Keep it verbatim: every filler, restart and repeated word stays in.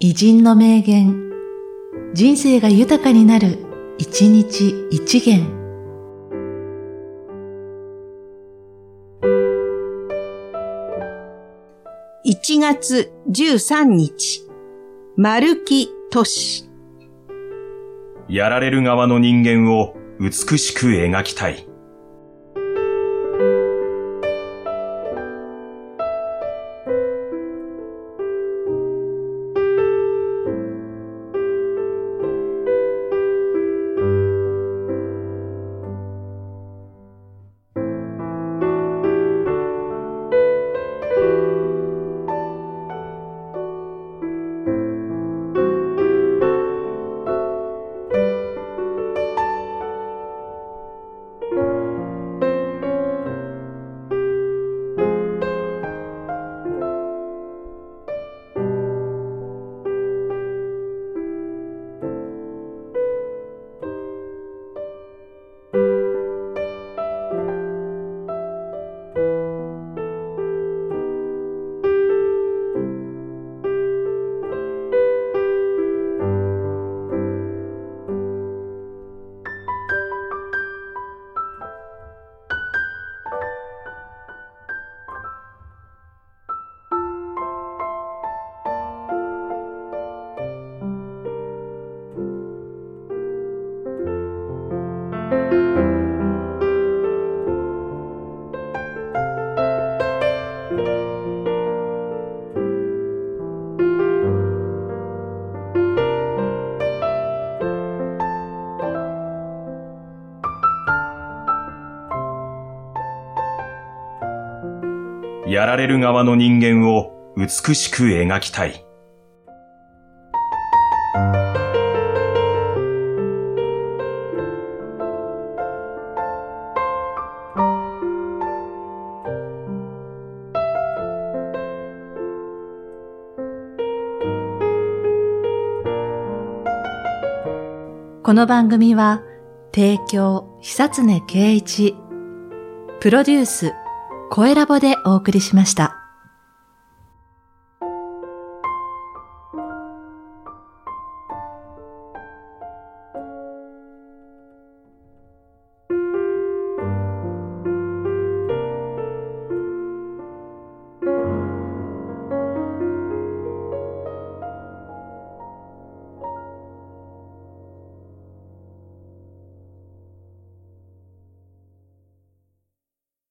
偉人の名言、人生が豊かになる、一日一元。 いちがつじゅうさんにち、丸木俊。 やられる側の人間を美しく描きたい。やられる側の人間を美しく描きたい。 この番組は提供久常圭一、プロデュース声ラボでお送りしました。